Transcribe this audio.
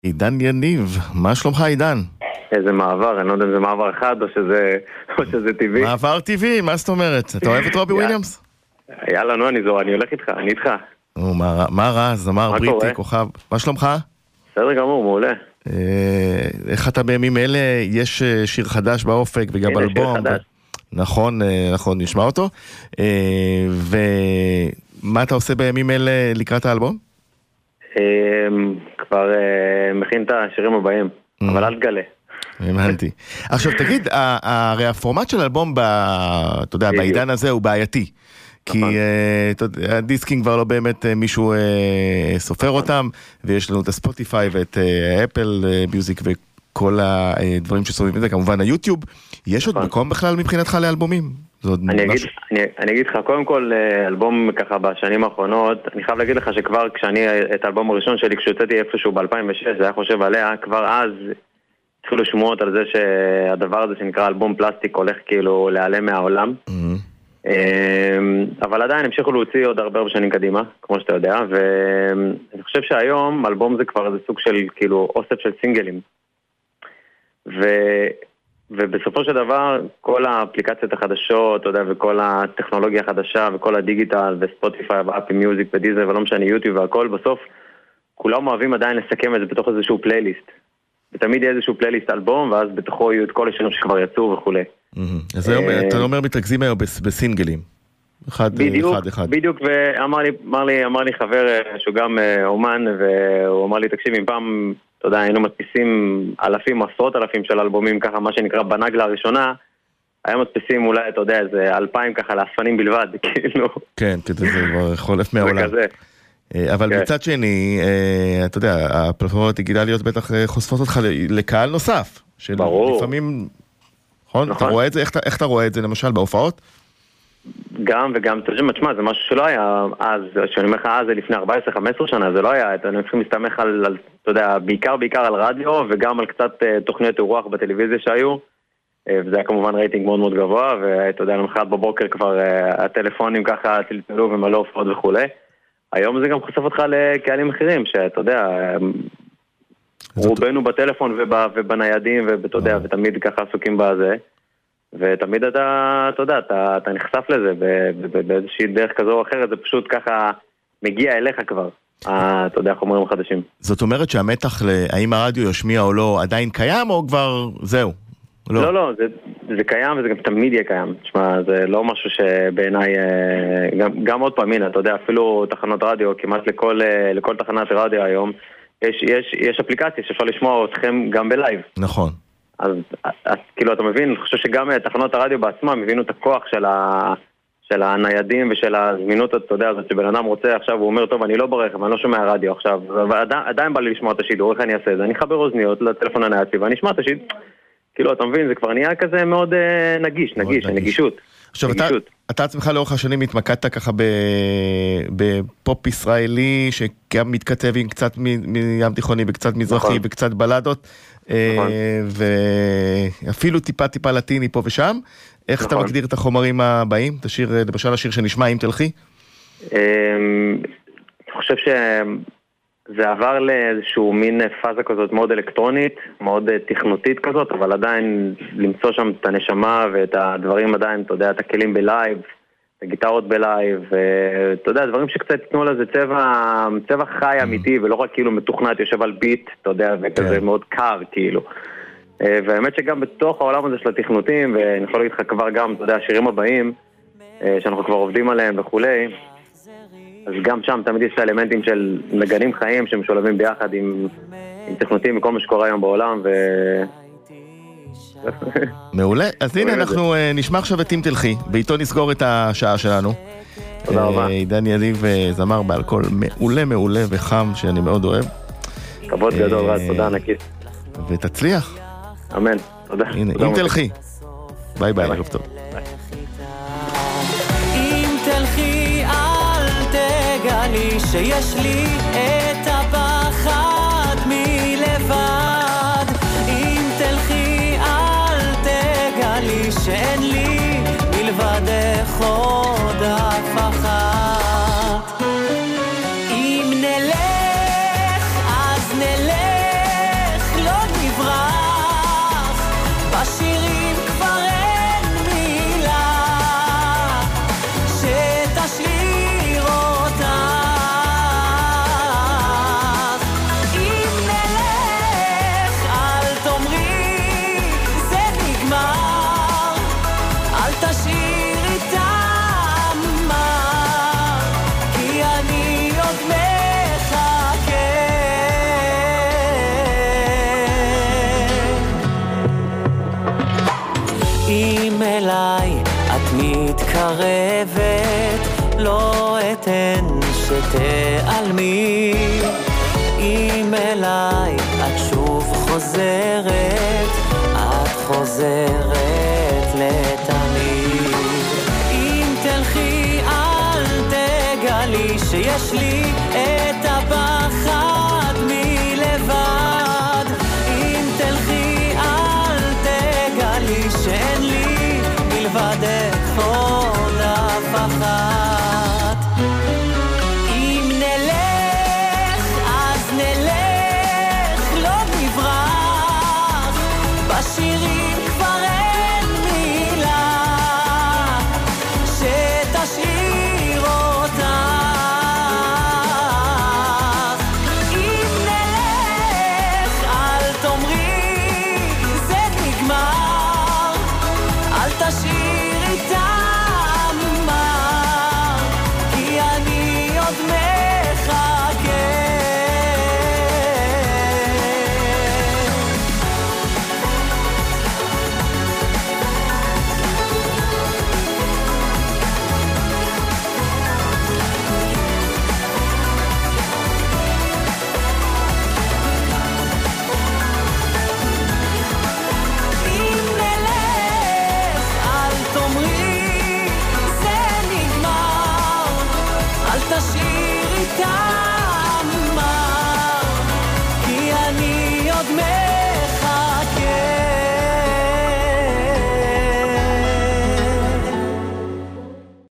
עידן יניב, מה שלומך עידן? איזה מעבר, אני לא יודע אם זה מעבר אחד או שזה טבעי. מעבר טבעי, מה זאת אומרת? אתה אוהב את רובי וויליאמס? יאללה, נו, אני הולך איתך, אני איתך. מה רע? זמר בריטי, כוכב. מה שלומך? בסדר גמור, מעולה. איך אתה בימים אלה? יש שיר חדש באופק וגם אלבום. נכון, נשמע אותו. ומה אתה עושה בימים אלה לקראת האלבום? כבר מכין את השירים הבאים, אבל אל תגלה. הבנתי. עכשיו תגיד, הרי הפורמט של אלבום, אתה יודע, בעידן הזה הוא בעייתי. כי הדיסקים כבר לא באמת מישהו סופר אותם, ויש לנו את הספוטיפיי ואת אפל מיוזיק וכל הדברים שסובבים את זה, כמובן היוטיוב. יש עוד מקום בכלל מבחינתך לאלבומים? אני אגיד לך, קודם כל אלבום ככה בשנים האחרונות, אני חייב להגיד לך שכבר כשאני את האלבום הראשון שלי כשהוצאתי איפשהו ב-2006, זה היה חושב עליה, כבר אז התחילו שמועות על זה שהדבר הזה שנקרא אלבום פלסטיק הולך כאילו להיעלם מהעולם. אבל עדיין המשיכו להוציא עוד הרבה שנים קדימה, כמו שאתה יודע, ואני חושב שהיום אלבום זה כבר איזה סוג של כאילו אוסף של סינגלים. ובסופו של דבר כל האפליקציות החדשות, אתה יודע, וכל הטכנולוגיה החדשה וכל הדיגיטל וספוטיפיי ואפי מיוזיק ודיזל ולא משנה יוטיוב והכל, בסוף כולם אוהבים עדיין לסכם את זה בתוך איזשהו פלייליסט. ותמיד יהיה איזשהו פלייליסט אלבום, ואז בתוכו יהיו את כל השירים שכבר יצאו וכו'. אז היום, אתה אומר מתרכזים היום בסינגלים. בדיוק, ואמר לי חבר שהוא גם אומן, והוא אמר לי, תקשיב, אם פעם, אתה יודע, היינו מדפיסים אלפים, עשרות אלפים של אלבומים, ככה מה שנקרא בנגלה הראשונה, היה מדפיסים אולי, אתה יודע, איזה 2,000 ככה לאספנים בלבד, כאילו. כן, כדי זה כבר חולף מהעולם. וכזה. אבל מצד שני, אתה יודע, הפלטפורמות הדיגיטליות בטח חושפות אותך לקהל נוסף. ברור. לפעמים, נכון? אתה רואה את זה? איך אתה רואה את זה למשל בהופעות? גם וגם, תשמע, זה משהו שלא היה אז, שאני אומר לך אז, זה לפני 14-15 שנה, זה לא היה, אני צריכים להסתמך על, אתה יודע, בעיקר על רדיו, וגם על קצת תוכניות אירוח בטלוויזיה שהיו, וזה היה כמובן רייטינג מאוד מאוד גבוה, ואתה יודע, למחרת בבוקר כבר הטלפונים ככה צלצלו ומלא הופעות וכו'. היום זה גם חושף אותך לקהלים אחרים, שאתה יודע, רובנו בטלפון ובניידים, ואתה יודע, ותמיד ככה עסוקים בזה, ותמיד אתה יודע, אתה נחשף לזה באיזושהי דרך כזו או אחרת, זה פשוט ככה מגיע אליך כבר, אתה יודע, חומרים חדשים. זאת אומרת שהמתח האם הרדיו ישמיע או לא עדיין קיים, או כבר זהו? לא, זה קיים וזה גם תמיד יהיה קיים. תשמע, זה לא משהו שבעיניי, גם עוד פעם, הנה, אתה יודע, אפילו תחנות רדיו, כמעט לכל תחנת רדיו היום, יש אפליקציה שאפשר לשמוע אתכם גם בלייב. נכון. אז כאילו, אתה מבין, אני חושב שגם תחנות הרדיו בעצמם הבינו את הכוח של הניידים ושל הזמינות, אתה יודע, זאת שבן אדם רוצה עכשיו, הוא אומר, טוב, אני לא ברכב, אני לא שומע רדיו עכשיו, עדיין בא לי לשמוע את השידור, איך אני אעשה את זה? אני אחבר אוזניות לטלפון הנייד שלי, ואני אשמע את השידור. כאילו, אתה מבין, זה כבר נהיה כזה מאוד נגישות. עכשיו, אתה עצמך לאורך השנים התמקדת ככה בפופ ישראלי, שגם מתכתב עם קצת מים תיכוני, וקצת מזרחי, וקצת בלדות, ואפילו טיפה לטיני פה ושם. איך אתה מגדיר את החומרים הבאים? תשאיר, למשל, השיר שנשמע, אם תלכי? אני חושב זה עבר לאיזשהו מין פאזה כזאת מאוד אלקטרונית, מאוד תכנותית כזאת, אבל עדיין למצוא שם את הנשמה ואת הדברים עדיין, אתה יודע, את הכלים בלייב, את הגיטרות בלייב, ואתה יודע, דברים שקצת יתנו לזה צבע חי אמיתי, ולא רק כאילו מתוכנת יושב על ביט, אתה יודע, וכזה מאוד קר כאילו. והאמת שגם בתוך העולם הזה של התכנותים, ואני יכול להגיד לך כבר גם, אתה יודע, השירים הבאים, שאנחנו כבר עובדים עליהם וכולי, אז גם שם תמיד יש האלמנטים של נגנים חיים שמשולבים ביחד עם תכנותים וכל מה שקורה היום בעולם מעולה, אז הנה אנחנו נשמע עכשיו את אם תלכי, ואיתו נסגור את השעה שלנו. תודה רבה. עידן יניב זמר באלכוהול מעולה וחם שאני מאוד אוהב. כבוד גדול, רז, תודה ענקית. ותצליח. אמן, תודה. הנה, אם תלכי. ביי ביי, ערב טוב. לי שיש לי את הפחד מלבד אם תלכי אל תגלי שאין לי מלבדך עוד אף אחת אם נלך אז נלך מתקרבת, לא אתן שתעלמי. אם אליי את שוב חוזרת, את חוזרת לתמיד. אם תלכי אל תגלי שיש לי את הבא